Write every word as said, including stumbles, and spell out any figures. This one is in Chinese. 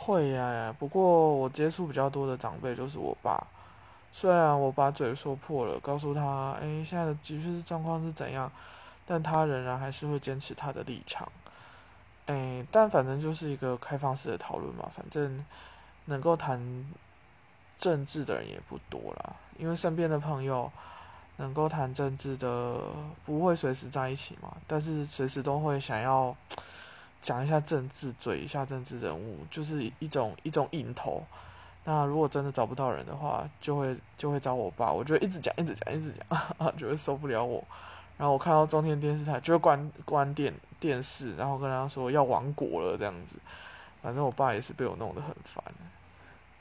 会呀，不过我接触比较多的长辈就是我爸。虽然我把嘴说破了，告诉他，哎，现在的局势状况是怎样，但他仍然还是会坚持他的立场。哎，但反正就是一个开放式的讨论嘛，反正能够谈政治的人也不多啦，因为身边的朋友能够谈政治的不会随时在一起嘛，但是随时都会想要讲一下政治，嘴一下政治人物，就是一种一种瘾头。那如果真的找不到人的话，就会就会找我爸，我就会一直讲，一直讲，一直讲，就会受不了我。然后我看到中天电视台，就会关关电电视，然后跟他说要亡国了这样子。反正我爸也是被我弄得很烦。